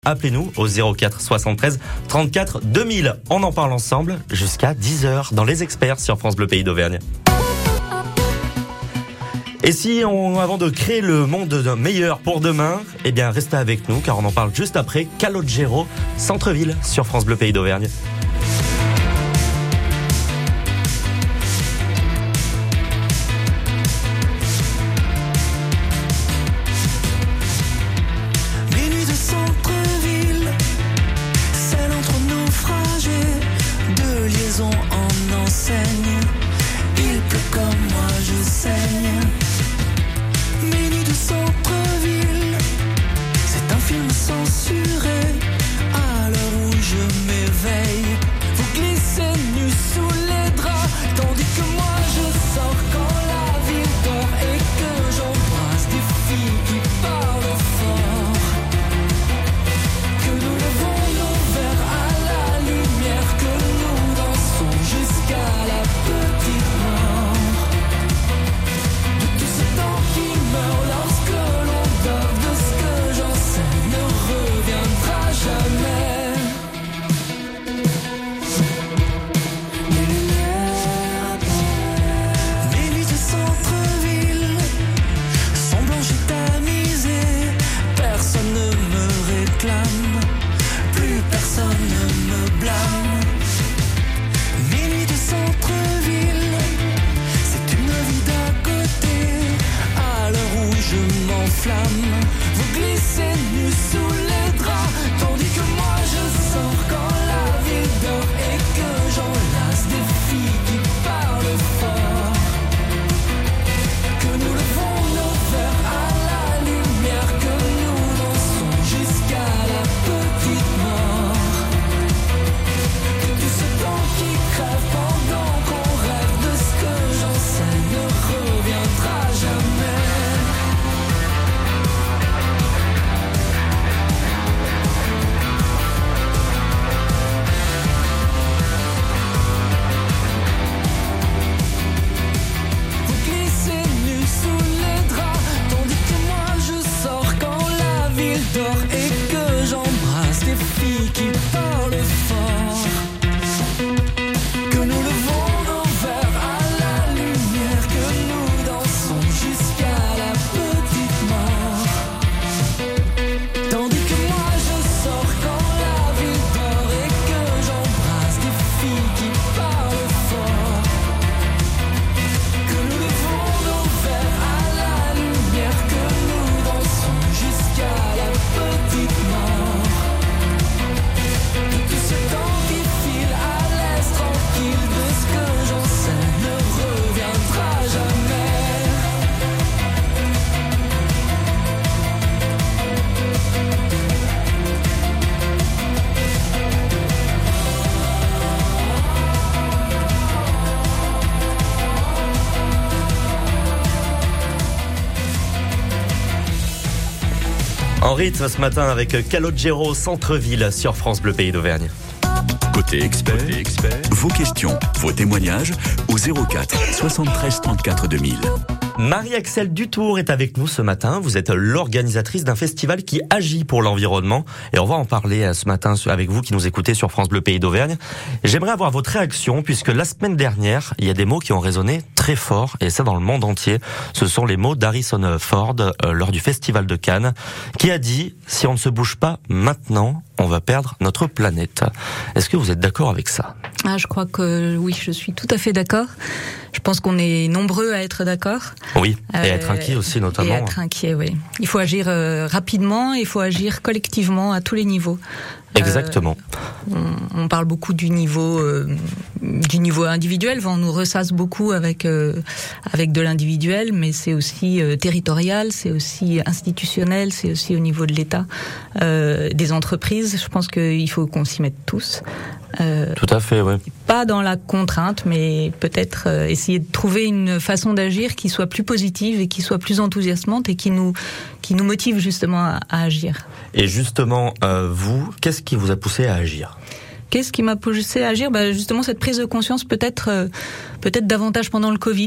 Appelez-nous au 04 73 34 2000. On en parle ensemble jusqu'à 10h dans Les Experts sur France Bleu Pays d'Auvergne. Et si avant de créer le monde meilleur pour demain, eh bien restez avec nous car on en parle juste après Calogero, Centre-Ville sur France Bleu Pays d'Auvergne. Vous glissez nus sous les draps, tandis que moi je sors quand la ville dort et que j'enlace des filles qui parlent fort. Que nous levons nos verres à la lumière, que nous dansons jusqu'à la petite mort. Que tout ce temps qui crève pendant qu'on rêve de ce que j'enseigne ne reviendra jamais. Et que j'embrasse des filles qui parlent fort. Que nous levons nos verres à la lumière, que nous dansons jusqu'à la petite mort. Tandis que moi je sors quand la ville dort et que j'embrasse des filles qui parlent fort. Que nous levons nos verres à la lumière, que nous dansons jusqu'à la petite mort. Tout ce temps qui file à l'aise tranquille de ce que j'enseigne ne reviendra jamais. En rythme ce matin avec Calogero, Centre-Ville sur France Bleu Pays d'Auvergne. Côté expert, vos questions, vos témoignages au 04 73 34 2000. Marie-Axelle Dutour est avec nous ce matin. Vous êtes l'organisatrice d'un festival qui agit pour l'environnement. Et on va en parler ce matin avec vous qui nous écoutez sur France Bleu Pays d'Auvergne. J'aimerais avoir votre réaction puisque la semaine dernière, il y a des mots qui ont résonné très fort et ça dans le monde entier. Ce sont les mots d'Harrison Ford lors du festival de Cannes qui a dit « Si on ne se bouge pas maintenant, on va perdre notre planète ». Est-ce que vous êtes d'accord avec ça ? Je crois que oui, je suis tout à fait d'accord. Je pense qu'on est nombreux à être d'accord. Oui, et à être inquiets aussi notamment. Et à être inquiets, oui. Il faut agir rapidement, il faut agir collectivement à tous les niveaux. Exactement. On parle beaucoup du niveau individuel. On nous ressasse beaucoup avec de l'individuel, mais c'est aussi territorial, c'est aussi institutionnel, c'est aussi au niveau de l'État, des entreprises. Je pense qu'il faut qu'on s'y mette tous. Tout à fait, oui. Pas dans la contrainte, mais peut-être essayer de trouver une façon d'agir qui soit plus positive et qui soit plus enthousiasmante et qui nous motive justement à agir. Et justement, vous, qu'est-ce qui vous a poussé à agir ? Qu'est-ce qui m'a poussé à agir ? Justement, cette prise de conscience peut-être davantage pendant le Covid.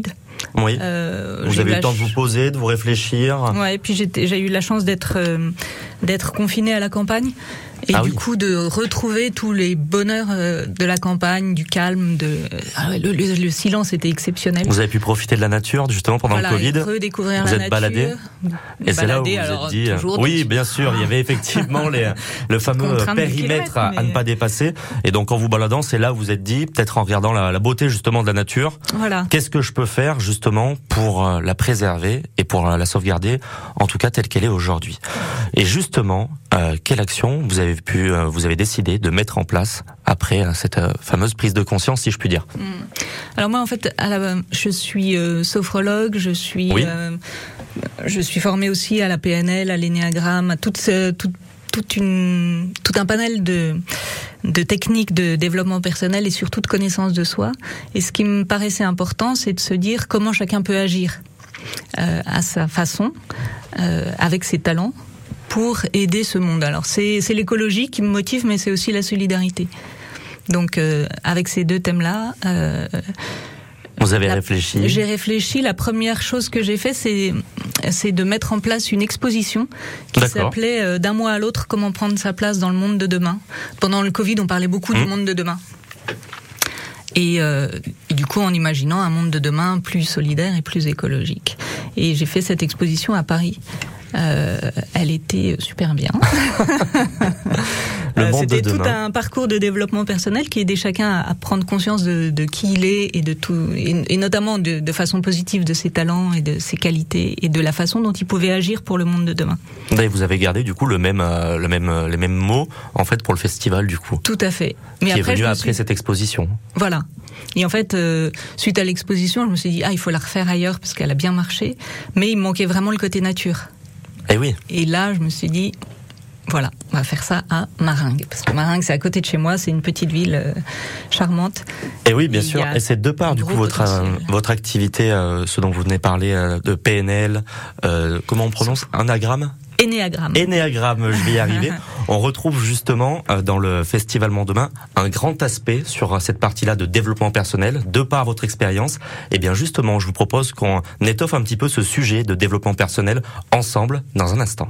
Oui. J'ai Vous eu avez eu la le temps de vous poser, de vous réfléchir. Ouais, et puis j'ai eu la chance d'être confinée à la campagne et Ah du oui. coup de retrouver tous les bonheurs de la campagne, du calme, le silence était exceptionnel. Vous avez pu profiter de la nature justement pendant Voilà, le Covid. et redécouvrir Vous la êtes nature. baladé. Et c'est là où vous Balader, vous alors, êtes dit, toujours oui, dans- bien sûr, il y avait effectivement le fameux Contrainte de périmètre kilomètres, à ne mais- pas dépasser. Et donc, en vous baladant, c'est là où vous êtes dit, peut-être en regardant la beauté justement de la nature, Voilà. qu'est-ce que je peux faire justement pour la préserver et pour la sauvegarder, en tout cas telle qu'elle est aujourd'hui. Et justement, quelle action vous avez décidé de mettre en place après cette fameuse prise de conscience, si je puis dire. Alors moi, en fait, je suis sophrologue, je suis formée aussi à la PNL, à l'énéagramme, à tout un panel de techniques de développement personnel et surtout de connaissance de soi. Et ce qui me paraissait important, c'est de se dire comment chacun peut agir à sa façon, avec ses talents, pour aider ce monde. Alors c'est l'écologie qui me motive, mais c'est aussi la solidarité. Donc avec ces deux thèmes-là, vous avez réfléchi. J'ai réfléchi. La première chose que j'ai fait, c'est de mettre en place une exposition qui s'appelait D'un mois à l'autre, comment prendre sa place dans le monde de demain. Pendant le Covid, on parlait beaucoup du monde de demain. Et du coup, en imaginant un monde de demain plus solidaire et plus écologique. Et j'ai fait cette exposition à Paris. Elle était super bien. C'était tout un parcours de développement personnel qui aidait chacun à prendre conscience de qui il est et de tout, et notamment de façon positive de ses talents et de ses qualités et de la façon dont il pouvait agir pour le monde de demain. Et vous avez gardé du coup les mêmes mots en fait pour le festival du coup. Tout à fait. Mais qui est venu après cette exposition. Voilà. Et en fait, suite à l'exposition, je me suis dit il faut la refaire ailleurs parce qu'elle a bien marché, mais il me manquait vraiment le côté nature. Et oui. Et là, je me suis dit, voilà, on va faire ça à Maringues. Parce que Maringues, c'est à côté de chez moi, c'est une petite ville charmante. Et oui, bien sûr. Et c'est de par, du coup, votre activité, ce dont vous venez parler, de PNL, comment on prononce ? Anagramme ? Énéagramme. Énéagramme, je vais y arriver. On retrouve justement dans le Festival Mont-Demain un grand aspect sur cette partie-là de développement personnel, de par votre expérience. Et bien justement, je vous propose qu'on étoffe un petit peu ce sujet de développement personnel ensemble dans un instant.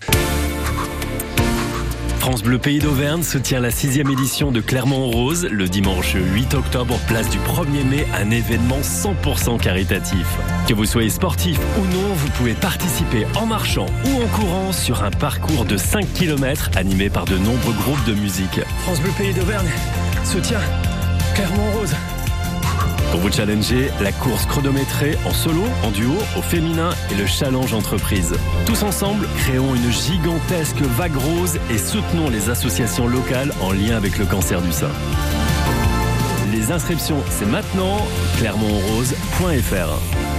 France Bleu Pays d'Auvergne soutient la 6e édition de Clermont-en-Rose le dimanche 8 octobre, place du 1er mai, un événement 100% caritatif. Que vous soyez sportif ou non, vous pouvez participer en marchant ou en courant sur un parcours de 5 km animé par de nombreux groupes de musique. France Bleu Pays d'Auvergne soutient Clermont-en-Rose. Pour vous challenger, la course chronométrée en solo, en duo, au féminin et le challenge entreprise. Tous ensemble, créons une gigantesque vague rose et soutenons les associations locales en lien avec le cancer du sein. Les inscriptions, c'est maintenant, clermontrose.fr.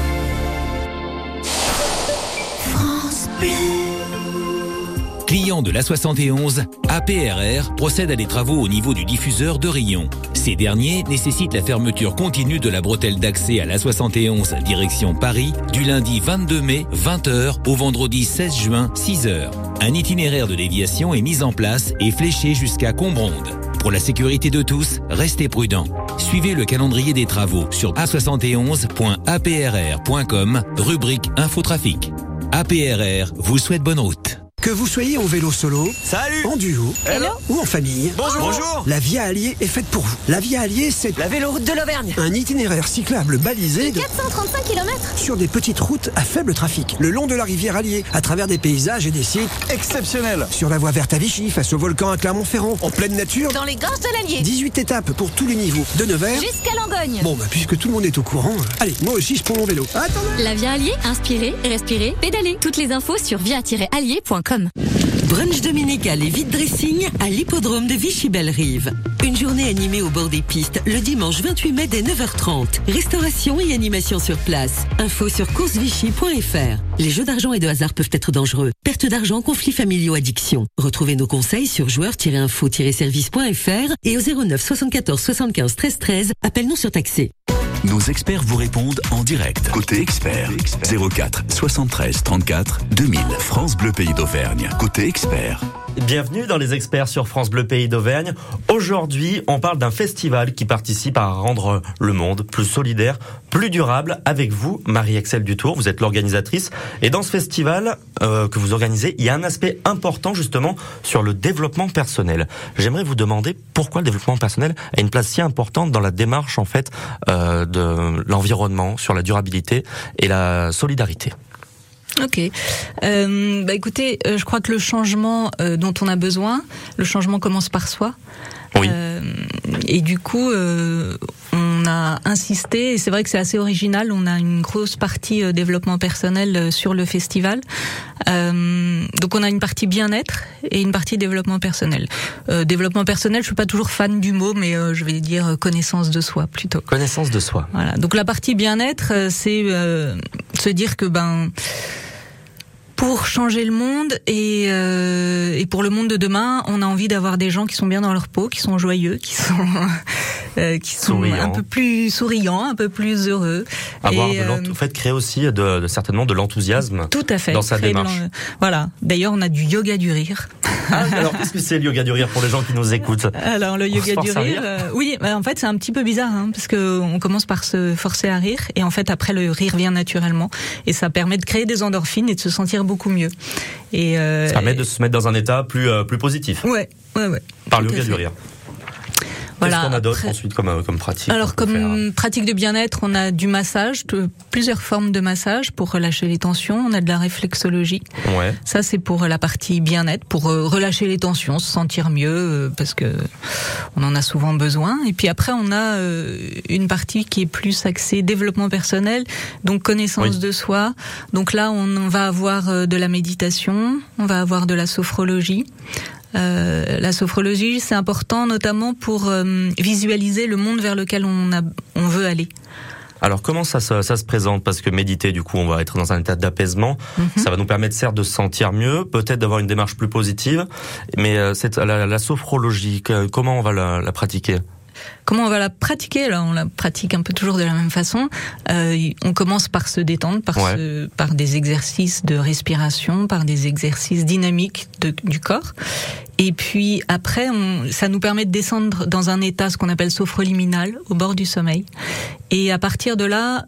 France Bleu. Client de l'A71, APRR procède à des travaux au niveau du diffuseur de Rion. Ces derniers nécessitent la fermeture continue de la bretelle d'accès à l'A71 direction Paris du lundi 22 mai 20h au vendredi 16 juin 6h. Un itinéraire de déviation est mis en place et fléché jusqu'à Combronde. Pour la sécurité de tous, restez prudents. Suivez le calendrier des travaux sur a71.aprr.com, rubrique Infotrafic. APRR vous souhaite bonne route. Que vous soyez en vélo solo, salut, en duo, ou en famille, bonjour. La Via Allier est faite pour vous. La Via Allier, c'est la véloroute de l'Auvergne. Un itinéraire cyclable balisé de 435 km sur des petites routes à faible trafic, le long de la rivière Allier, à travers des paysages et des sites exceptionnels. Sur la voie verte à Vichy, face au volcan à Clermont-Ferrand, en pleine nature. Dans les gorges de l'Allier. 18 étapes pour tous les niveaux, de Nevers jusqu'à Langogne. Bon, puisque tout le monde est au courant, allez, moi aussi je prends mon vélo. Attendez. La Via Allier, inspirez, respirez, pédalez. Toutes les infos sur via-allier.com. Brunch dominical et vide dressing à l'hippodrome de Vichy-Belle-Rive. Une journée animée au bord des pistes le dimanche 28 mai dès 9h30. Restauration et animation sur place. Info sur coursevichy.fr. Les jeux d'argent et de hasard peuvent être dangereux. Perte d'argent, conflits familiaux, addiction. Retrouvez nos conseils sur joueurs-info-service.fr et au 09 74 75 13 13. Appel non surtaxé. Nos experts vous répondent en direct. Côté expert, 04 73 34 2000. France Bleu Pays d'Auvergne. Côté expert. Bienvenue dans les experts sur France Bleu Pays d'Auvergne. Aujourd'hui, on parle d'un festival qui participe à rendre le monde plus solidaire, plus durable. Avec vous, Marie-Excelle Dutour, vous êtes l'organisatrice. Et dans ce festival que vous organisez, il y a un aspect important justement sur le développement personnel. J'aimerais vous demander pourquoi le développement personnel a une place si importante dans la démarche en fait de l'environnement, sur la durabilité et la solidarité. Ok. Écoutez, je crois que le changement dont on a besoin, le changement commence par soi. Oui. Et du coup, on a insisté, et c'est vrai que c'est assez original, on a une grosse partie développement personnel sur le festival. Donc on a une partie bien-être et une partie développement personnel. Développement personnel, je suis pas toujours fan du mot, mais je vais dire connaissance de soi plutôt. Connaissance de soi. Voilà. Donc la partie bien-être, c'est se dire que pour changer le monde et pour le monde de demain, on a envie d'avoir des gens qui sont bien dans leur peau, qui sont joyeux, qui sont un peu plus souriants, un peu plus heureux. Avoir en fait, créer aussi certainement de l'enthousiasme. Tout à fait. Dans sa démarche. Voilà. D'ailleurs, on a du yoga du rire. Alors, qu'est-ce que c'est le yoga du rire pour les gens qui nous écoutent? Alors, le yoga du rire, oui, en fait, c'est un petit peu bizarre, parce que on commence par se forcer à rire, et en fait, après, le rire vient naturellement, et ça permet de créer des endorphines et de se sentir beaucoup mieux. Et ça permet de se mettre dans un état plus positif. Ouais. Par le yoga du rire. Voilà. Qu'est-ce qu'on a d'autre ensuite comme pratique? Alors comme pratique de bien-être, on a du massage, plusieurs formes de massage pour relâcher les tensions. On a de la réflexologie. Ouais. Ça c'est pour la partie bien-être, pour relâcher les tensions, se sentir mieux, parce que on en a souvent besoin. Et puis après on a une partie qui est plus axée développement personnel, donc connaissance de soi. Donc là on va avoir de la méditation, on va avoir de la sophrologie. La sophrologie, c'est important notamment pour visualiser le monde vers lequel on veut aller. Alors comment ça se présente? Parce que méditer, du coup, on va être dans un état d'apaisement. Ça va nous permettre certes de se sentir mieux, peut-être d'avoir une démarche plus positive. Mais la sophrologie, comment on va la pratiquer? Comment on va la pratiquer? Alors, on la pratique un peu toujours de la même façon. On commence par se détendre, par des exercices de respiration, par des exercices dynamiques du corps. Et puis après, ça nous permet de descendre dans un état, ce qu'on appelle sophroliminal, au bord du sommeil. Et à partir de là,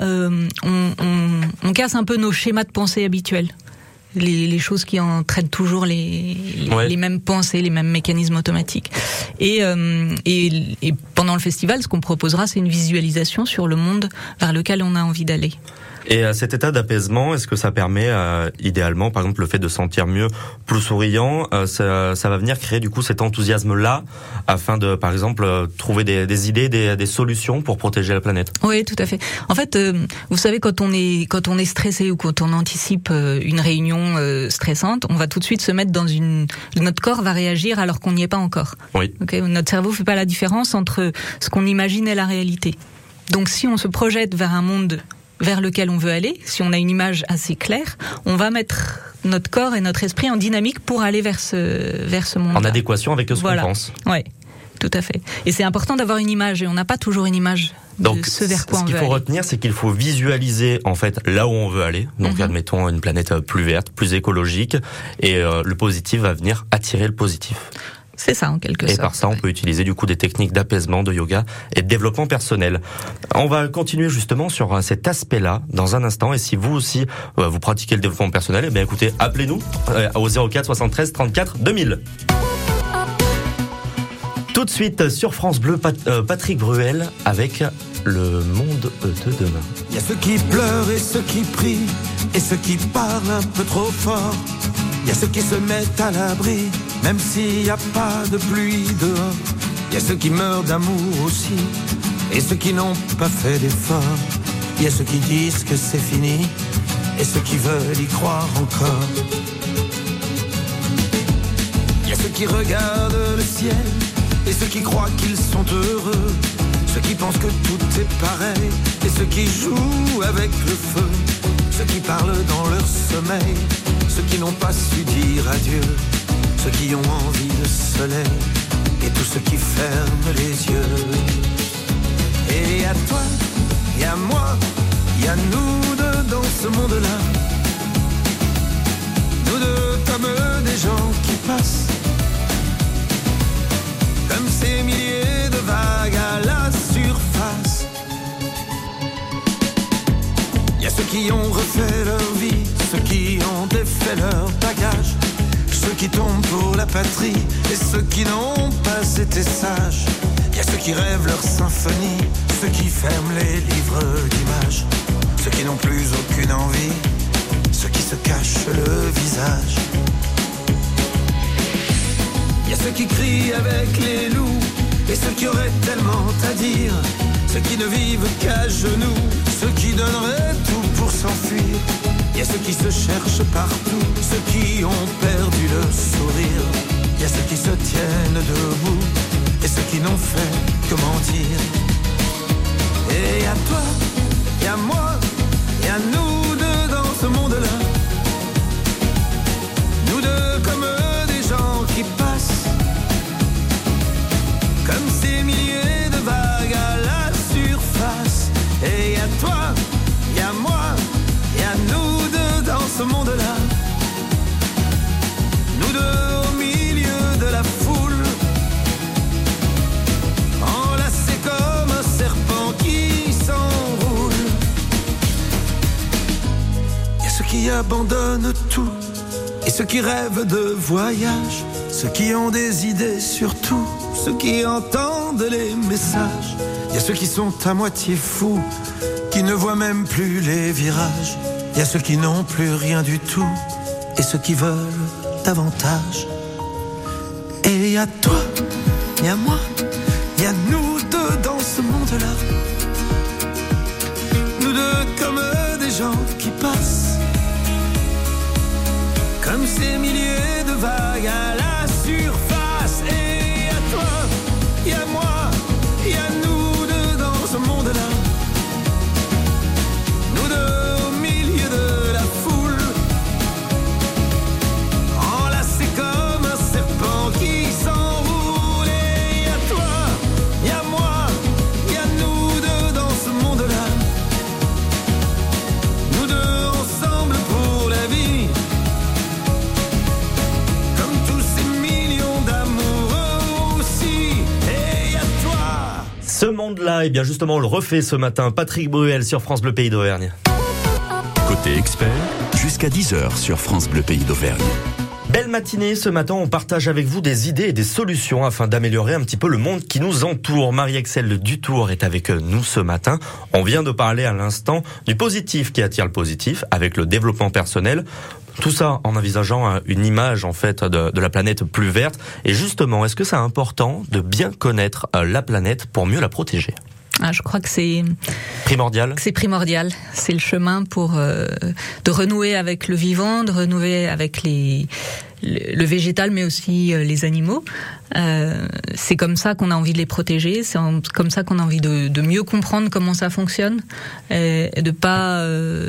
on casse un peu nos schémas de pensée habituels. Les choses qui entraînent toujours les mêmes pensées, les mêmes mécanismes automatiques. Et pendant le festival, ce qu'on proposera, c'est une visualisation sur le monde vers lequel on a envie d'aller. Et cet état d'apaisement, est-ce que ça permet, idéalement, par exemple, le fait de sentir mieux, plus souriant, ça va venir créer du coup cet enthousiasme-là, afin de, par exemple, trouver des idées, des solutions pour protéger la planète? Oui, tout à fait. En fait, vous savez, quand on est stressé ou quand on anticipe une réunion stressante, on va tout de suite se mettre notre corps va réagir alors qu'on n'y est pas encore. Oui. Okay, notre cerveau fait pas la différence entre ce qu'on imagine et la réalité. Donc, si on se projette vers un monde vers lequel on veut aller, si on a une image assez claire, on va mettre notre corps et notre esprit en dynamique pour aller vers ce monde. En adéquation avec ce qu'on pense. Oui, tout à fait. Et c'est important d'avoir une image, et on n'a pas toujours une image de ce vers quoi on veut aller. Ce qu'il faut retenir, c'est qu'il faut visualiser en fait là où on veut aller. Donc admettons une planète plus verte, plus écologique, et le positif va venir attirer le positif. C'est ça, en quelque sorte. Et par ça, on peut utiliser du coup des techniques d'apaisement, de yoga et de développement personnel. On va continuer justement sur cet aspect-là dans un instant. Et si vous aussi, vous pratiquez le développement personnel, eh bien écoutez, appelez-nous au 04 73 34 2000. Tout de suite sur France Bleu, Patrick Bruel avec Le Monde de Demain. Il y a ceux qui pleurent et ceux qui prient et ceux qui parlent un peu trop fort. Il y a ceux qui se mettent à l'abri, même s'il n'y a pas de pluie dehors. Il y a ceux qui meurent d'amour aussi, et ceux qui n'ont pas fait d'effort. Il y a ceux qui disent que c'est fini, et ceux qui veulent y croire encore. Il y a ceux qui regardent le ciel, et ceux qui croient qu'ils sont heureux. Ceux qui pensent que tout est pareil, et ceux qui jouent avec le feu. Ceux qui parlent dans leur sommeil, ceux qui n'ont pas su dire adieu, ceux qui ont envie de soleil, et tous ceux qui ferment les yeux. Et à toi, et à moi, et à nous deux dans ce monde-là. Nous deux comme des gens qui passent, qui ont refait leur vie, ceux qui ont défait leur bagage, ceux qui tombent pour la patrie et ceux qui n'ont pas été sages. Il y a ceux qui rêvent leur symphonie, ceux qui ferment les livres d'images, ceux qui n'ont plus aucune envie, ceux qui se cachent le visage. Il y a ceux qui crient avec les loups et ceux qui auraient tellement à dire, ceux qui ne vivent qu'à genoux, ceux qui donneraient tout pour s'enfuir. Il y a ceux qui se cherchent partout, ceux qui ont perdu le sourire. Il y a ceux qui se tiennent debout et ceux qui n'ont fait que mentir. Et à toi, et à moi, et à nous deux dans ce monde-là, nous deux comme des gens qui passent, comme ces milliers de vagues à la surface. Et à toi, et à moi, et à nous deux dans ce monde-là, nous deux au milieu de la foule, enlacés comme un serpent qui s'enroule. Il y a ceux qui abandonnent tout et ceux qui rêvent de voyage, ceux qui ont des idées sur tout, ceux qui entendent les messages. Il y a ceux qui sont à moitié fous, qui ne voient même plus les virages. Il y a ceux qui n'ont plus rien du tout et ceux qui veulent davantage. Et il y a toi, il y a moi, il y a nous deux dans ce monde-là, nous deux comme des gens qui passent, comme ces milliers de vagues à la surface. Et à toi, et à moi, et à nous deux dans ce monde-là, nous deux au milieu de la foule, enlacés comme un serpent qui s'enroule. Et à toi, et à moi, et à nous deux dans ce monde-là, nous deux ensemble pour la vie, comme tous ces millions d'amoureux aussi. Et à toi. Ce monde-là, et bien justement, on le refait ce matin. Patrick Bruel sur France Bleu Pays d'Auvergne. Côté expert, jusqu'à 10h sur France Bleu Pays d'Auvergne. Belle matinée, ce matin on partage avec vous des idées et des solutions afin d'améliorer un petit peu le monde qui nous entoure. Marie-Excelle Dutour est avec nous ce matin. On vient de parler à l'instant du positif qui attire le positif avec le développement personnel. Tout ça en envisageant une image en fait de la planète plus verte. Et justement, est-ce que c'est important de bien connaître la planète pour mieux la protéger ? Je crois que c'est primordial. C'est primordial. C'est le chemin pour de renouer avec le vivant, de renouer avec le végétal, mais aussi les animaux. C'est comme ça qu'on a envie de les protéger. C'est comme ça qu'on a envie de mieux comprendre comment ça fonctionne, et de pas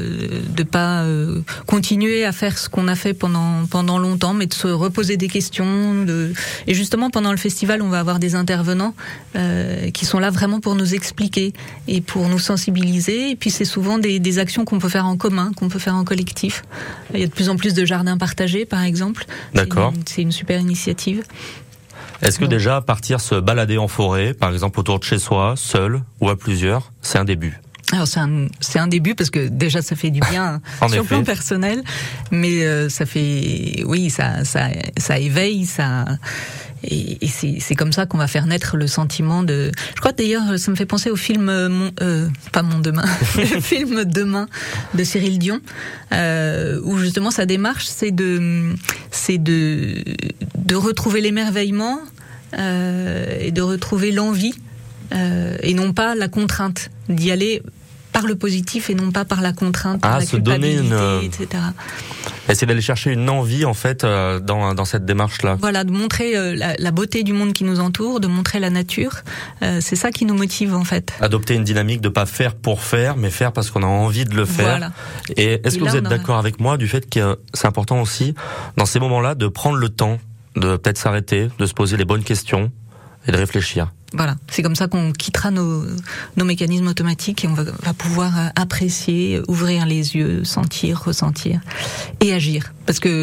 continuer à faire ce qu'on a fait pendant longtemps, mais de se reposer des questions. Et justement, pendant le festival, on va avoir des intervenants qui sont là vraiment pour nous expliquer et pour nous sensibiliser. Et puis c'est souvent des actions qu'on peut faire en commun, qu'on peut faire en collectif. Il y a de plus en plus de jardins partagés, par exemple. D'accord. C'est une super initiative. Est-ce que déjà partir se balader en forêt, par exemple autour de chez soi, seul ou à plusieurs, c'est un début ? Alors c'est un début parce que déjà ça fait du bien sur le plan personnel, mais ça fait ça éveille, ça. Et c'est comme ça qu'on va faire naître le sentiment de. Je crois d'ailleurs, ça me fait penser au film pas Mon Demain, le film Demain de Cyril Dion, où justement sa démarche c'est de retrouver l'émerveillement et de retrouver l'envie et non pas la contrainte d'y aller par le positif et non pas par la contrainte, par la culpabilité, etc. Essayer d'aller chercher une envie en fait dans cette démarche-là. Voilà, de montrer la beauté du monde qui nous entoure, de montrer la nature. C'est ça qui nous motive en fait. Adopter une dynamique de pas faire pour faire, mais faire parce qu'on a envie de le faire. Voilà. Et est-ce que vous êtes d'accord avec moi du fait que c'est important aussi dans ces moments-là de prendre le temps, de peut-être s'arrêter, de se poser les bonnes questions et de réfléchir? Voilà, c'est comme ça qu'on quittera nos mécanismes automatiques et on va pouvoir apprécier, ouvrir les yeux, sentir, ressentir et agir. Parce que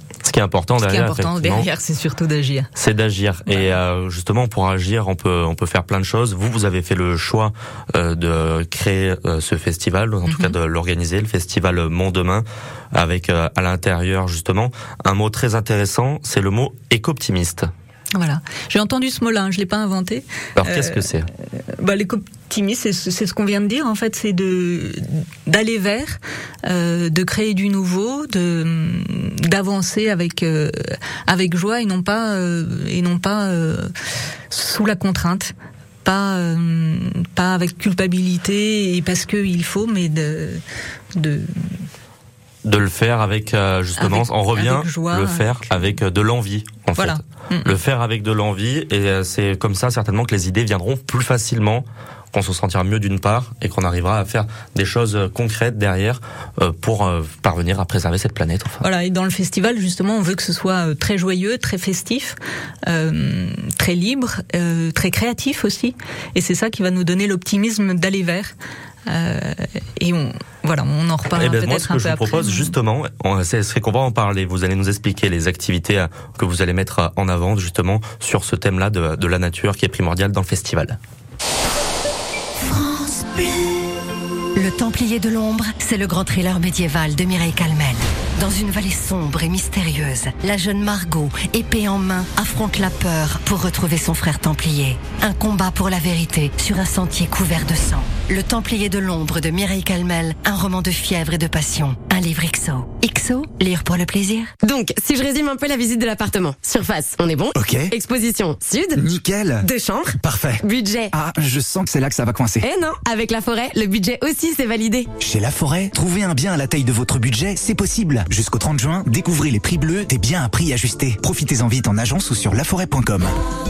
Ce qui est important derrière, c'est surtout d'agir. C'est d'agir. Ouais. Et justement, pour agir, on peut faire plein de choses. Vous avez fait le choix de créer ce festival, en tout cas de l'organiser, le festival Mon Demain, avec à l'intérieur justement un mot très intéressant, c'est le mot éco-optimiste. Voilà. J'ai entendu ce mot-là, je l'ai pas inventé. Alors qu'est-ce que c'est ? L'éco-optimisme, c'est ce qu'on vient de dire. En fait, c'est d'aller vers, de créer du nouveau, d'avancer avec joie et non pas sous la contrainte. Pas avec culpabilité et parce que il faut, mais de le faire avec justement, on revient, joie, le faire avec de l'envie en fait. Le faire avec de l'envie, et c'est comme ça certainement que les idées viendront plus facilement, qu'on se sentira mieux d'une part et qu'on arrivera à faire des choses concrètes derrière pour parvenir à préserver cette planète. Enfin. Voilà, et dans le festival justement on veut que ce soit très joyeux, très festif, très libre, très créatif aussi, et c'est ça qui va nous donner l'optimisme d'aller vers. Et on en reparlera peut-être moi, ce que un je peu vous propose après, justement, c'est qu'on va en parler. Vous allez nous expliquer les activités que vous allez mettre en avant justement sur ce thème-là de la nature qui est primordial dans le festival. France Bleu. Le Templier de l'ombre, c'est le grand thriller médiéval de Mireille Calmel. Dans une vallée sombre et mystérieuse, la jeune Margot, épée en main, affronte la peur pour retrouver son frère Templier. Un combat pour la vérité sur un sentier couvert de sang. Le Templier de l'ombre de Mireille Calmel, un roman de fièvre et de passion. Un livre XO. XO, lire pour le plaisir. Donc, si je résume un peu la visite de l'appartement. Surface, on est bon. Ok. Exposition, sud. Nickel. 2 chambres. Parfait. Budget. Ah, je sens que c'est là que ça va coincer. Eh non, avec La Forêt, le budget aussi c'est validé. Chez La Forêt, trouver un bien à la taille de votre budget, c'est possible. Jusqu'au 30 juin, découvrez les prix bleus des biens à prix ajusté. Profitez-en vite en agence ou sur laforêt.com.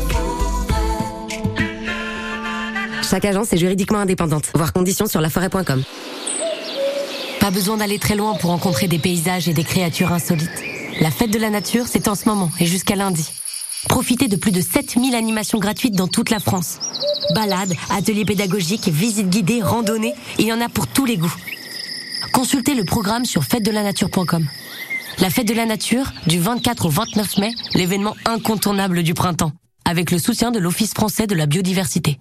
Chaque agence est juridiquement indépendante. Voir conditions sur laforêt.com. Pas besoin d'aller très loin pour rencontrer des paysages et des créatures insolites. La fête de la nature, c'est en ce moment et jusqu'à lundi. Profitez de plus de 7000 animations gratuites dans toute la France. Balades, ateliers pédagogiques, visites guidées, randonnées, il y en a pour tous les goûts. Consultez le programme sur fêtedelanature.com. La fête de la nature, du 24 au 29 mai, l'événement incontournable du printemps, avec le soutien de l'Office français de la biodiversité.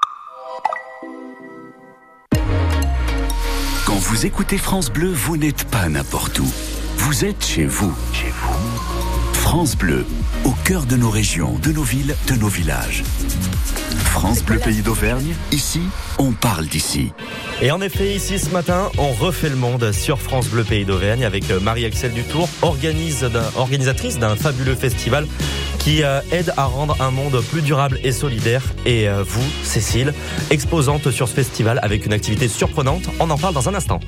Quand vous écoutez France Bleu, vous n'êtes pas n'importe où. Vous êtes chez vous. Chez vous. France Bleu, au cœur de nos régions, de nos villes, de nos villages. France Bleu Pays d'Auvergne, ici, on parle d'ici. Et en effet, ici ce matin, on refait le monde sur France Bleu Pays d'Auvergne avec Marie-Axelle Dutour, organisatrice d'un fabuleux festival qui aide à rendre un monde plus durable et solidaire. Et vous, Cécile, exposante sur ce festival avec une activité surprenante, on en parle dans un instant.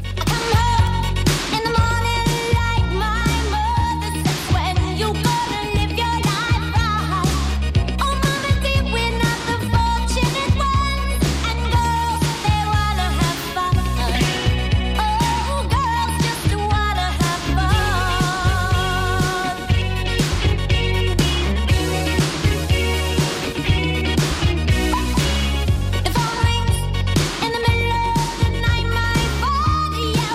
Yeah.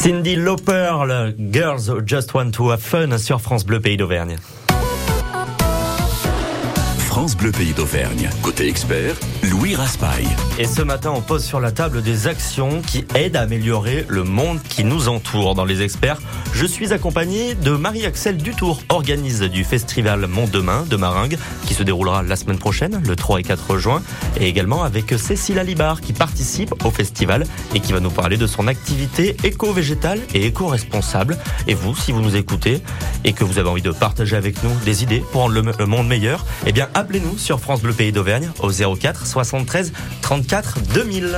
Cyndi Lauper, le Girls Just Want to Have Fun sur France Bleu Pays d'Auvergne. France Bleu Pays d'Auvergne. Côté expert, Louis Raspail. Et ce matin, on pose sur la table des actions qui aident à améliorer le monde qui nous entoure. Dans les experts, je suis accompagné de Marie-Axelle Dutour, organise du festival Mont Demain de Maringues, qui se déroulera la semaine prochaine, le 3 et 4 juin. Et également avec Cécile Alibar, qui participe au festival et qui va nous parler de son activité éco-végétale et éco-responsable. Et vous, si vous nous écoutez et que vous avez envie de partager avec nous des idées pour rendre le monde meilleur, eh bien, appelez-nous sur France Bleu Pays d'Auvergne au 04 73 34 2000.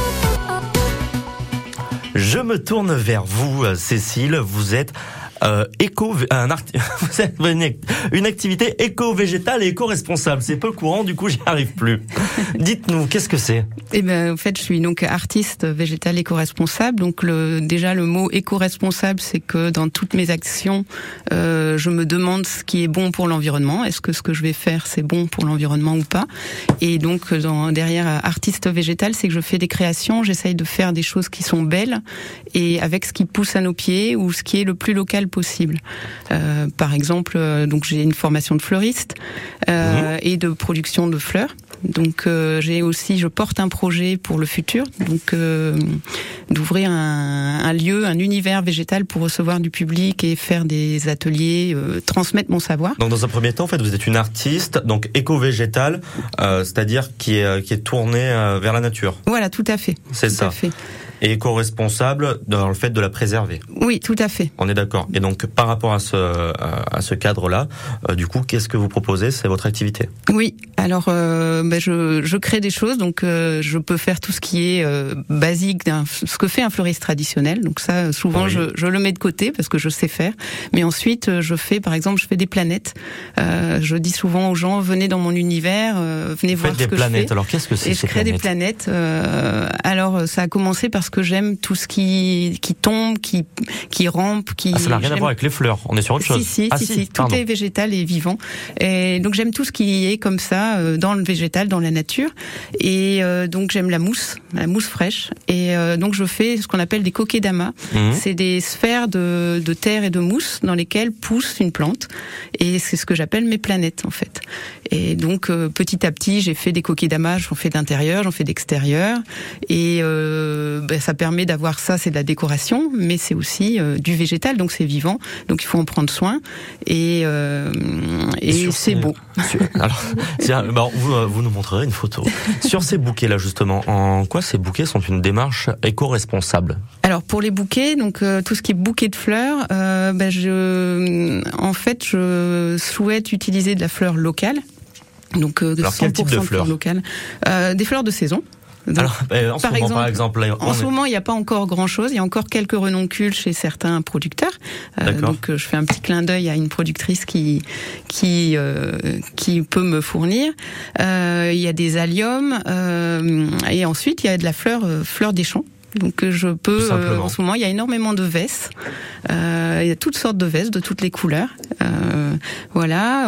Je me tourne vers vous, Cécile. Vous êtes vous avez une activité éco-végétale et éco-responsable. C'est peu courant, du coup, j'y arrive plus. Dites-nous, qu'est-ce que c'est ? Eh ben, en fait, je suis donc artiste végétal éco-responsable. Donc, déjà, le mot éco-responsable, c'est que dans toutes mes actions, je me demande ce qui est bon pour l'environnement. Est-ce que ce que je vais faire, c'est bon pour l'environnement ou pas ? Et donc, derrière artiste végétal, c'est que je fais des créations. J'essaye de faire des choses qui sont belles et avec ce qui pousse à nos pieds ou ce qui est le plus local possible. Par exemple, donc j'ai une formation de fleuriste et de production de fleurs. Donc je porte un projet pour le futur, donc d'ouvrir un lieu, un univers végétal pour recevoir du public et faire des ateliers, transmettre mon savoir. Donc dans un premier temps, en fait, vous êtes une artiste, donc éco-végétale, c'est-à-dire qui est tournée vers la nature. Voilà, tout à fait. C'est ça. Fait. Et éco-responsable dans le fait de la préserver. Oui, tout à fait. On est d'accord. Et donc, par rapport à ce cadre-là, du coup, qu'est-ce que vous proposez ? C'est votre activité ? Oui. Alors, je crée des choses. Donc, je peux faire tout ce qui est basique, ce que fait un fleuriste traditionnel. Donc ça, souvent, oui. je le mets de côté parce que je sais faire. Mais ensuite, je fais des planètes. Je dis souvent aux gens, venez dans mon univers, venez voir ce que je fais. Des planètes. Alors, qu'est-ce que c'est ? Et je crée des planètes. Alors, ça a commencé parce que j'aime tout ce qui tombe, qui rampe, qui. Ah, ça n'a rien à voir avec les fleurs. On est sur autre chose. Si. Tout est végétal et vivant. Et donc j'aime tout ce qui est comme ça dans le végétal, dans la nature. Et donc j'aime la mousse fraîche. Et donc je fais ce qu'on appelle des kokedama. C'est des sphères de terre et de mousse dans lesquelles pousse une plante. Et c'est ce que j'appelle mes planètes en fait. Et donc petit à petit, j'ai fait des kokedama. J'en fais d'intérieur, j'en fais d'extérieur. Et ça permet d'avoir ça, c'est de la décoration, mais c'est aussi du végétal, donc c'est vivant, donc il faut en prendre soin et c'est beau. Alors, vous nous montrerez une photo. Sur ces bouquets-là, justement, en quoi ces bouquets sont une démarche éco-responsable ? Alors pour les bouquets, donc tout ce qui est bouquet de fleurs, je souhaite utiliser de la fleur locale, donc alors, 100% quel type de fleurs locale, des fleurs de saison. Donc, alors, par exemple, en ce moment, il n'y a pas encore grand-chose. Il y a encore quelques renoncules chez certains producteurs. Donc, je fais un petit clin d'œil à une productrice qui peut me fournir. Il y a des alliums et ensuite il y a de la fleur des champs. Donc je peux en ce moment il y a énormément de vesses, il y a toutes sortes de vesses de toutes les couleurs, voilà.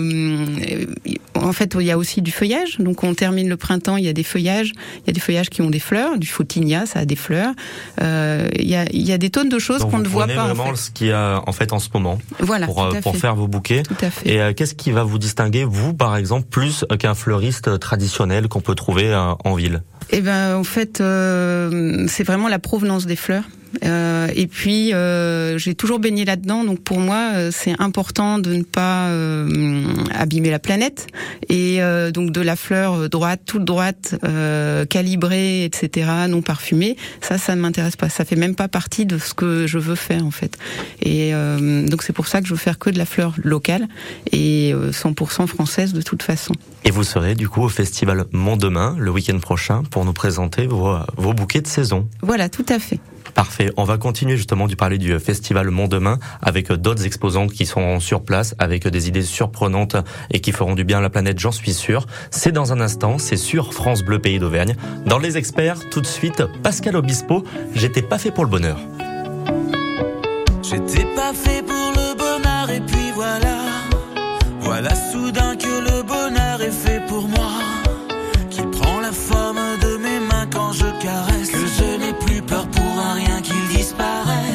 En fait il y a aussi du feuillage, donc on termine le printemps, il y a des feuillages qui ont des fleurs, du photinia ça a des fleurs, il y a des tonnes de choses donc qu'on ne voit pas. Vraiment ce qu'il y a en fait en ce moment. Voilà. Pour faire vos bouquets. Tout à fait. Et qu'est-ce qui va vous distinguer vous par exemple plus qu'un fleuriste traditionnel qu'on peut trouver en ville ? Eh ben en fait c'est vraiment la provenance des fleurs. Et puis j'ai toujours baigné là-dedans, donc pour moi c'est important de ne pas abîmer la planète et donc de la fleur toute droite, calibrée, etc., non parfumée, ça ne m'intéresse pas, ça fait même pas partie de ce que je veux faire en fait. Et donc c'est pour ça que je veux faire que de la fleur locale et 100% française de toute façon. Et vous serez du coup au festival Mont Demain le week-end prochain pour nous présenter vos bouquets de saison. Voilà, tout à fait. Parfait. On va continuer justement de parler du festival Mont Demain avec d'autres exposants qui sont sur place avec des idées surprenantes et qui feront du bien à la planète, j'en suis sûr. C'est dans un instant, c'est sur France Bleu Pays d'Auvergne. Dans les experts, tout de suite, Pascal Obispo, j'étais pas fait pour le bonheur. J'étais pas fait pour le bonheur et puis voilà soudain que le bonheur est fait pour moi, qu'il prend la forme de mes mains quand je caresse, que je n'ai plus peur pour un rien qu'il disparaisse.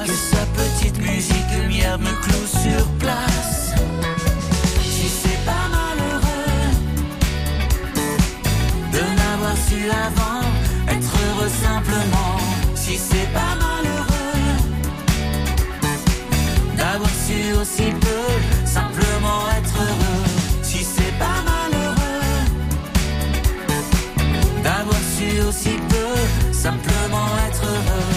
Que sa petite musique lumière me cloue sur place. Si c'est pas malheureux de n'avoir su avant être heureux simplement. Si c'est pas malheureux d'avoir su aussi peu simplement être heureux. Si c'est pas malheureux d'avoir su aussi peu simplement être heureux.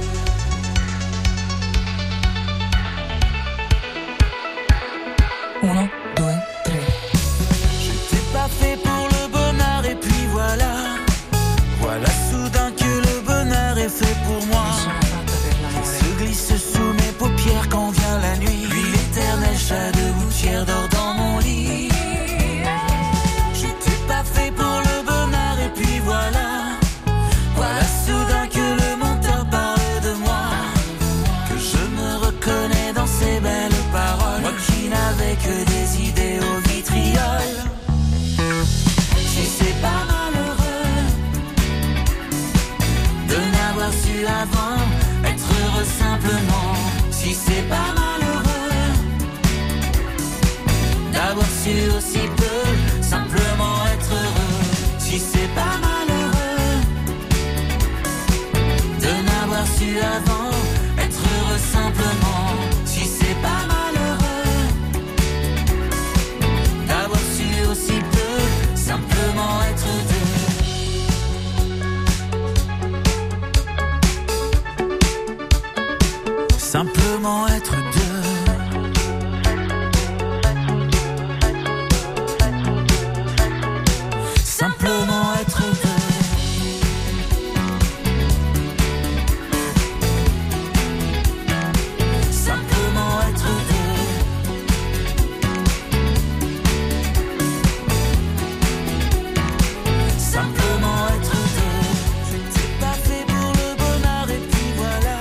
Uno, deux, tres. J'étais pas fait pour le bonheur et puis voilà. Voilà soudain que le bonheur est fait pour moi. Il se glisse sous mes paupières quand vient la nuit. Puis l'éternel chat de gouttière dort dans mon lit. J'étais pas fait pour le bonheur et puis voilà. Voilà soudain que le menteur parle de moi. Que je me reconnais dans ces belles paroles. Moi qui n'avais que des idées au vitriol. Si c'est pas malheureux de n'avoir su avant être heureux simplement. Si c'est pas malheureux d'avoir su aussi peu simplement être heureux. Si c'est pas malheureux de n'avoir su avant être heureux simplement. Si c'est pas malheureux d'avoir su aussi peu simplement être deux. Simplement être deux. Simplement être deux. Simplement être deux. Simplement être deux. J'étais pas fait pour le bonheur et puis voilà.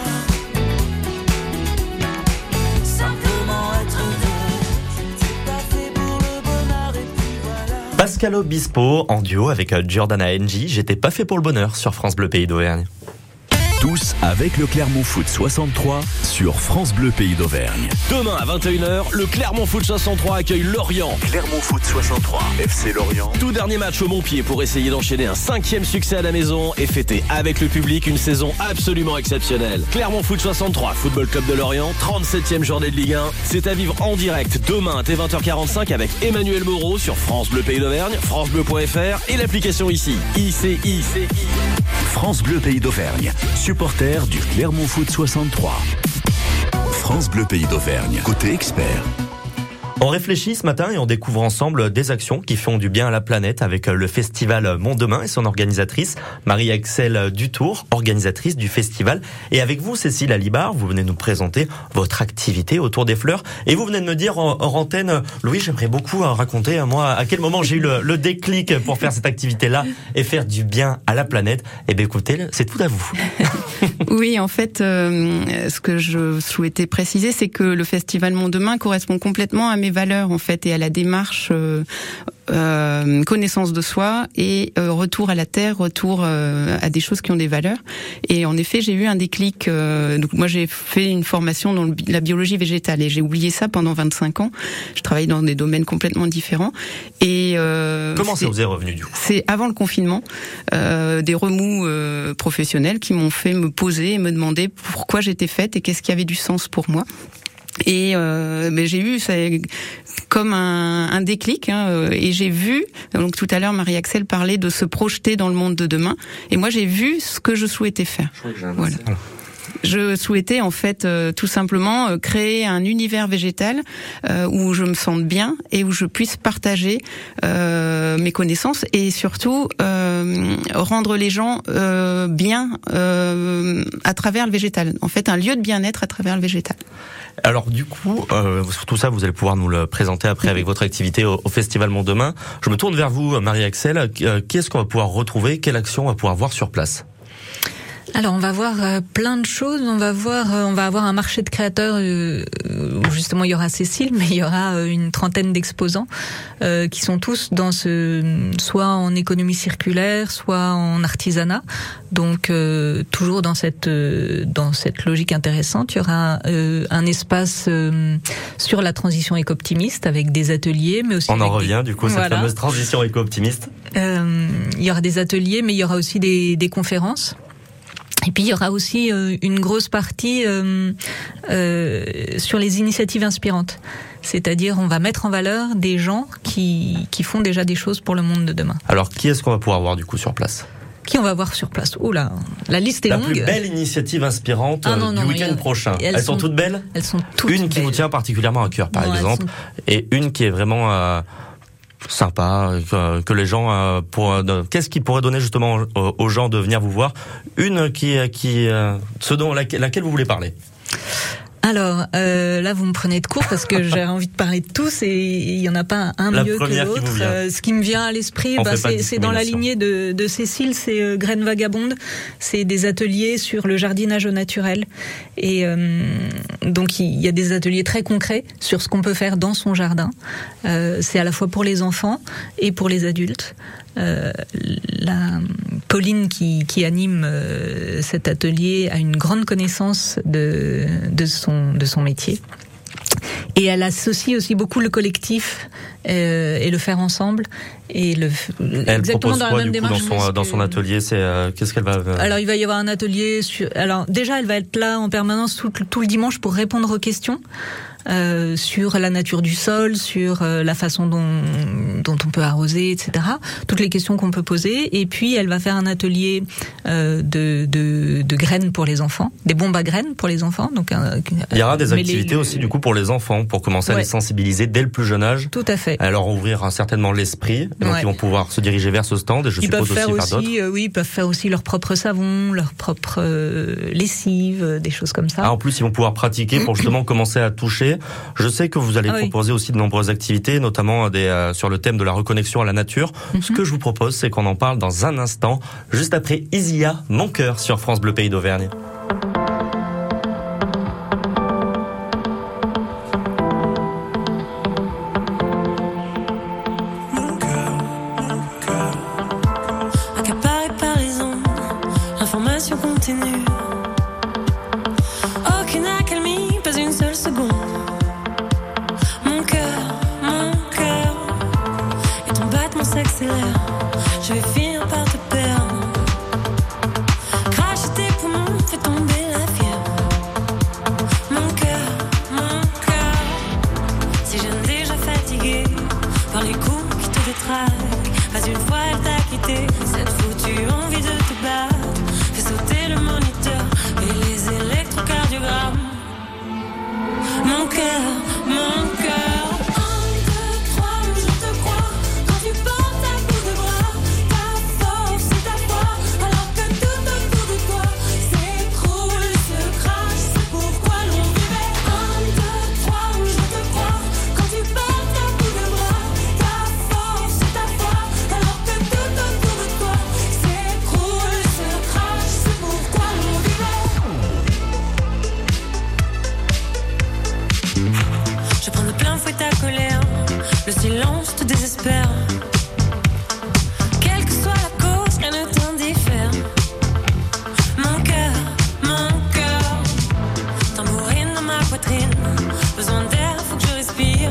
Simplement être deux. J'étais pas fait pour le bonheur et puis voilà. Pascal Obispo en duo avec Giordana Engie. J'étais pas fait pour le bonheur sur France Bleu Pays d'Auvergne. Tous avec le Clermont Foot 63 sur France Bleu Pays d'Auvergne. Demain à 21h, le Clermont Foot 63 accueille Lorient. Clermont Foot 63, FC Lorient. Tout dernier match au Montpied pour essayer d'enchaîner un 5e succès à la maison et fêter avec le public une saison absolument exceptionnelle. Clermont Foot 63, Football Club de Lorient, 37e journée de Ligue 1. C'est à vivre en direct demain dès 20h45 avec Emmanuel Moreau sur France Bleu Pays d'Auvergne, francebleu.fr et l'application ICI. ICI. France Bleu Pays d'Auvergne, supporter du Clermont Foot 63. France Bleu Pays d'Auvergne, côté expert. On réfléchit ce matin et on découvre ensemble des actions qui font du bien à la planète avec le festival Mont Demain et son organisatrice Marie-Axelle Dutour, organisatrice du festival. Et avec vous, Cécile Alibard, vous venez nous présenter votre activité autour des fleurs. Et vous venez de me dire hors antenne, Louis, j'aimerais beaucoup raconter moi à quel moment j'ai eu le déclic pour faire cette activité-là et faire du bien à la planète. Eh bien écoutez, c'est tout à vous. Oui, en fait, ce que je souhaitais préciser, c'est que le festival Mont Demain correspond complètement à mes valeurs en fait et à la démarche connaissance de soi et retour à la terre, retour à des choses qui ont des valeurs. Et en effet, j'ai eu un déclic. Donc moi, j'ai fait une formation dans la biologie végétale et j'ai oublié ça pendant 25 ans. Je travaillais dans des domaines complètement différents. Et comment ça vous est revenu du coup ? C'est avant le confinement, des remous professionnels qui m'ont fait me poser et me demander pourquoi j'étais faite et qu'est-ce qui avait du sens pour moi. Et mais j'ai eu ça comme un déclic et j'ai vu, donc tout à l'heure Marie-Axelle parlait de se projeter dans le monde de demain et moi j'ai vu ce que je souhaitais faire. Voilà. Je souhaitais en fait tout simplement créer un univers végétal où je me sente bien et où je puisse partager mes connaissances et surtout rendre les gens bien à travers le végétal. En fait, un lieu de bien-être à travers le végétal. Alors du coup, tout ça, vous allez pouvoir nous le présenter après avec votre activité au Festival Mont Demain. Je me tourne vers vous, Marie-Axelle. Qu'est-ce qu'on va pouvoir retrouver ? Quelle action on va pouvoir voir sur place ? Alors on va voir plein de choses. On va avoir un marché de créateurs où justement il y aura Cécile, mais il y aura une trentaine d'exposants qui sont tous dans soit en économie circulaire, soit en artisanat. Donc toujours dans cette logique intéressante. Il y aura un espace sur la transition éco-optimiste avec des ateliers, mais aussi on en revient du coup cette fameuse transition éco-optimiste. Il y aura des ateliers, mais il y aura aussi des conférences. Et puis il y aura aussi une grosse partie sur les initiatives inspirantes. C'est-à-dire on va mettre en valeur des gens qui font déjà des choses pour le monde de demain. Alors qui est-ce qu'on va pouvoir voir du coup sur place ? Qui on va voir sur place ? Oula, la liste est longue. La plus belle initiative inspirante du week-end prochain. Elles sont toutes belles ? Elles sont toutes belles. Une qui vous tient particulièrement à cœur, par exemple, et une qui est vraiment sympa, que les gens qu'est-ce qui pourrait donner justement aux gens de venir vous voir ? Une ce dont laquelle vous voulez parler ? Alors là, vous me prenez de court parce que j'ai envie de parler de tous et il y en a pas un mieux que l'autre. Ce qui me vient à l'esprit, c'est dans la lignée de Cécile, c'est Graines Vagabondes. C'est des ateliers sur le jardinage au naturel. Et donc il y a des ateliers très concrets sur ce qu'on peut faire dans son jardin. C'est à la fois pour les enfants et pour les adultes. La Pauline qui anime cet atelier a une grande connaissance de son métier et elle associe aussi beaucoup le collectif et le faire ensemble et elle exactement dans la même démarche dans son atelier. C'est qu'est-ce qu'elle va Alors il va y avoir un atelier alors déjà elle va être là en permanence tout le dimanche pour répondre aux questions sur la nature du sol, sur la façon dont on peut arroser, etc. Toutes les questions qu'on peut poser. Et puis, elle va faire un atelier de graines pour les enfants, des bombes à graines pour les enfants. Donc, il y aura des activités aussi, du coup, pour les enfants, pour commencer à les sensibiliser dès le plus jeune âge. Tout à fait. À leur ouvrir certainement l'esprit. Et donc, ils vont pouvoir se diriger vers ce stand. Et je suppose aussi faire d'autres. Oui, ils peuvent faire aussi leur propre savon, leur propre lessive, des choses comme ça. En plus, ils vont pouvoir pratiquer pour justement commencer à toucher. Je sais que vous allez proposer aussi de nombreuses activités, notamment sur le thème de la reconnexion à la nature. Ce que je vous propose, c'est qu'on en parle dans un instant, juste après Isia, Mon cœur, sur France Bleu Pays d'Auvergne. Accaparé par les ondes, l'information continue. Aucune accalmie, pas une seule seconde. S'accélère, je vais finir par te perdre. Crache tes poumons, fais tomber la fièvre. Mon cœur, si je n'ai déjà fatigué par les coups qui te détraquent, pas une fois elle t'a quitté. Cette foutue envie de te battre fait sauter le moniteur et les électrocardiogrammes. Mon cœur. Le silence te désespère. Quelle que soit la cause, rien ne t'indiffère. Mon cœur, tambourine dans ma poitrine. Besoin d'air, faut que je respire.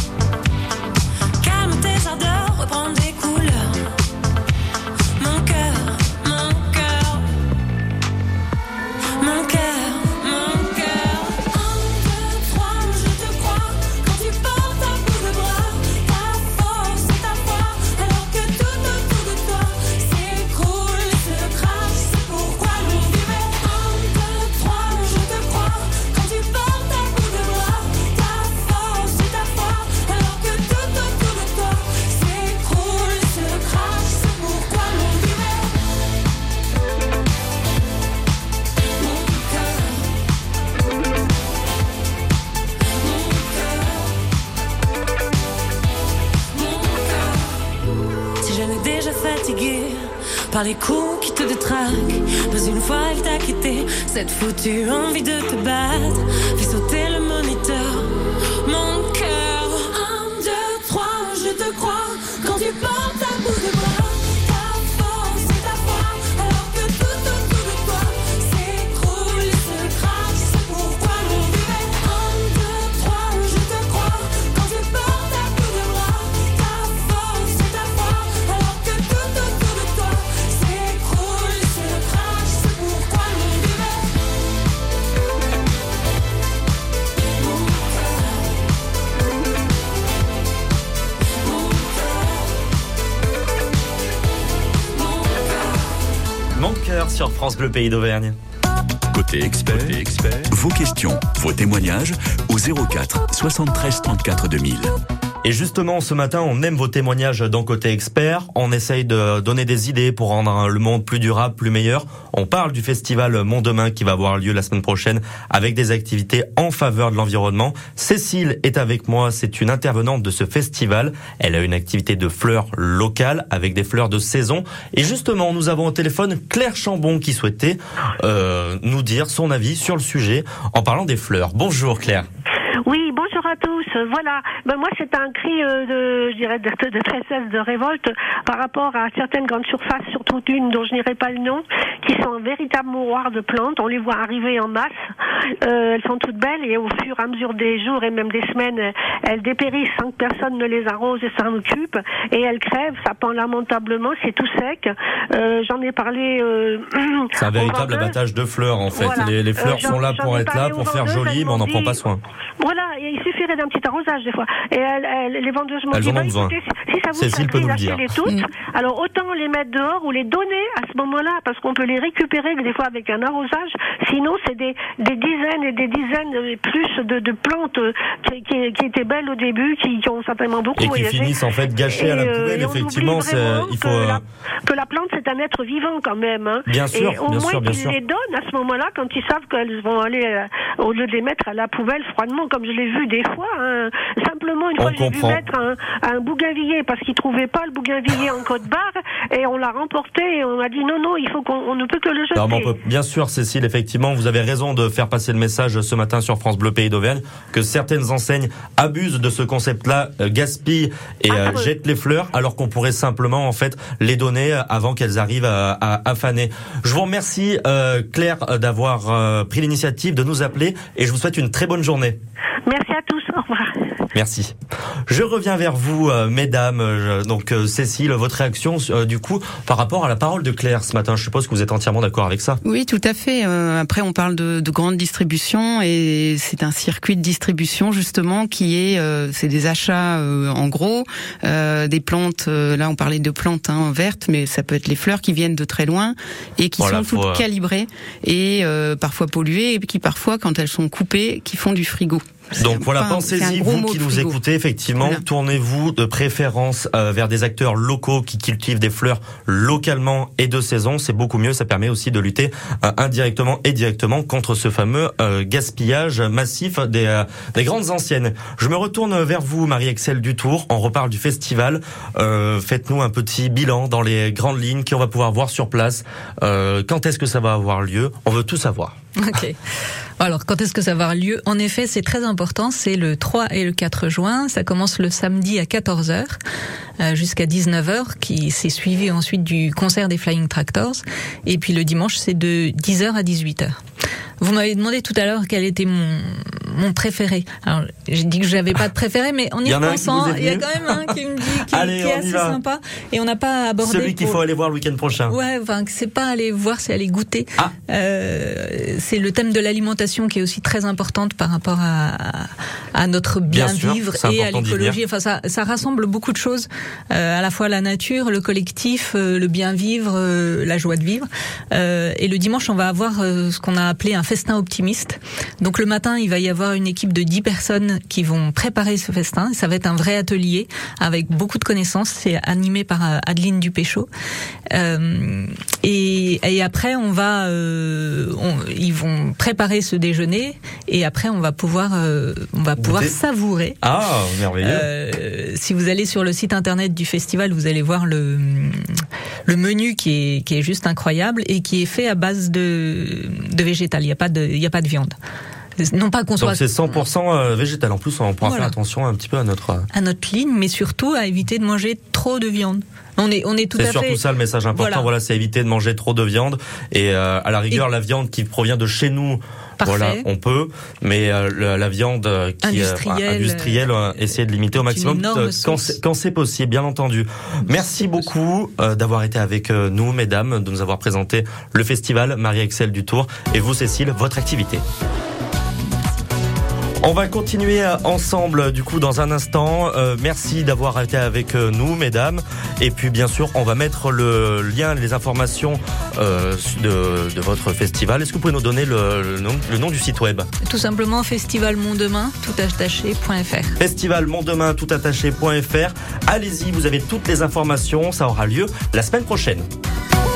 Calme tes ardeurs, reprends des couleurs. Mon cœur. Par les coups qui te détraquent, pas une fois elle t'a quitté. Cette foutue envie de te battre fait sauter le moniteur sur France Bleu Pays d'Auvergne. Côté expert, vos questions, vos témoignages au 04 73 34 2000. Et justement, ce matin, on aime vos témoignages dans Côté Expert. On essaye de donner des idées pour rendre le monde plus durable, plus meilleur. On parle du festival Mon Demain qui va avoir lieu la semaine prochaine avec des activités en faveur de l'environnement. Cécile est avec moi, c'est une intervenante de ce festival. Elle a une activité de fleurs locales avec des fleurs de saison. Et justement, nous avons au téléphone Claire Chambon qui souhaitait nous dire son avis sur le sujet en parlant des fleurs. Bonjour Claire. Oui, bonjour à tous. Voilà, moi c'est un cri de tristesse, de révolte par rapport à certaines grandes surfaces, surtout une dont je n'irai pas le nom, qui sont un véritable mouroir de plantes. On les voit arriver en masse. Elles sont toutes belles et au fur et à mesure des jours et même des semaines, elles dépérissent sans que personne ne les arrose et s'en occupe. Et elles crèvent, ça pend lamentablement, c'est tout sec. J'en ai parlé... c'est un véritable abattage de fleurs en fait. Voilà. Les fleurs sont là pour être là, pour faire joli, mais on n'en prend pas soin. Voilà, il suffirait d'un petit arrosage des fois. Et les vendeuses m'ont dit, écoutez, si ça vous Cécile peut nous le dire. Les toutes, alors autant les mettre dehors ou les donner à ce moment-là, parce qu'on peut les récupérer des fois avec un arrosage. Sinon, c'est des dizaines et des dizaines plus de plantes qui étaient belles au début, qui ont certainement beaucoup et voyagé. Qui finissent en fait gâchées à la poubelle. Effectivement, il faut que la plante c'est un être vivant quand même. Hein. Bien sûr, et au moins qu'ils les donnent à ce moment-là quand ils savent qu'elles vont aller au lieu de les mettre à la poubelle froidement, comme je l'ai vu des fois. Hein. Simplement une fois j'ai dû mettre un bougainvillier parce qu'ils trouvaient pas le bougainvillier en Côte-Barre et on l'a remporté et on a dit non, il faut qu'on ne peut que le jeter. Alors, bien sûr, Cécile, effectivement, vous avez raison de faire passer le message ce matin sur France Bleu Pays d'Auvergne que certaines enseignes abusent de ce concept-là, gaspillent et jettent les fleurs, alors qu'on pourrait simplement en fait les donner avant qu'elles arrivent à faner. Je vous remercie Claire d'avoir pris l'initiative de nous appeler et je vous souhaite une très bonne journée. Merci à tous, au revoir. Merci. Je reviens vers vous, mesdames. Donc, Cécile, votre réaction, du coup, par rapport à la parole de Claire ce matin. Je suppose que vous êtes entièrement d'accord avec ça. Oui, tout à fait. Après, on parle de grande distribution et c'est un circuit de distribution justement qui est, c'est des achats en gros, des plantes. Là, on parlait de plantes vertes, mais ça peut être les fleurs qui viennent de très loin et qui sont toutes calibrées et parfois polluées et qui parfois, quand elles sont coupées, qui font du frigo. Donc voilà, pensez-y, vous qui nous écoutez, effectivement, tournez-vous de préférence vers des acteurs locaux qui cultivent des fleurs localement et de saison. C'est beaucoup mieux, ça permet aussi de lutter indirectement et directement contre ce fameux gaspillage massif des grandes anciennes. Je me retourne vers vous, Marie-Excel Dutour, on reparle du festival. Faites-nous un petit bilan dans les grandes lignes qu'on va pouvoir voir sur place. Quand est-ce que ça va avoir lieu? On veut tout savoir. Ok. Alors, quand est-ce que ça va avoir lieu? En effet, c'est très important, c'est le 3 et le 4 juin. Ça commence le samedi à 14h jusqu'à 19h, qui s'est suivi ensuite du concert des Flying Tractors. Et puis le dimanche, c'est de 10h à 18h. Vous m'avez demandé tout à l'heure quel était mon préféré. Alors, j'ai dit que j'avais pas de préféré, mais en y repensant, il y a quand même un qui me dit qui est assez sympa. Et on n'a pas abordé. Celui qu'il faut aller voir le week-end prochain. Ouais, enfin, c'est pas aller voir, c'est aller goûter. C'est le thème de l'alimentation qui est aussi très importante par rapport à notre bien-vivre et à l'écologie. Enfin, ça rassemble beaucoup de choses. À la fois la nature, le collectif, le bien-vivre, la joie de vivre. Et le dimanche, on va avoir ce qu'on a appelé un festin optimiste. Donc le matin, il va y avoir une équipe de 10 personnes qui vont préparer ce festin. Ça va être un vrai atelier avec beaucoup de connaissances. C'est animé par Adeline Dupéchaud. Et après, ils vont préparer ce déjeuner et après on va pouvoir savourer. Ah, merveilleux. Si vous allez sur le site internet du festival, vous allez voir le menu qui est juste incroyable et qui est fait à base de végétal. Il y a pas de viande. Non pas qu'on soit... Donc c'est 100% végétal. En plus, on pourra faire attention un petit peu à notre ligne, mais surtout à éviter de manger trop de viande. On est tout à fait... C'est surtout ça le message important. Voilà, c'est éviter de manger trop de viande et à la rigueur la viande qui provient de chez nous. Parfait. Voilà, on peut, mais la viande qui industrielle, essayer de limiter au maximum quand c'est possible, bien entendu. Merci beaucoup d'avoir été avec nous, mesdames, de nous avoir présenté le festival Marie-Excel Dutour et vous, Cécile, votre activité. On va continuer ensemble du coup dans un instant. Merci d'avoir été avec nous, mesdames. Et puis bien sûr, on va mettre le lien, les informations de votre festival. Est-ce que vous pouvez nous donner le nom du site web ? Tout simplement festivalmondemain toutattaché.fr. Festivalmondemain toutattaché.fr. Allez-y, vous avez toutes les informations. Ça aura lieu la semaine prochaine.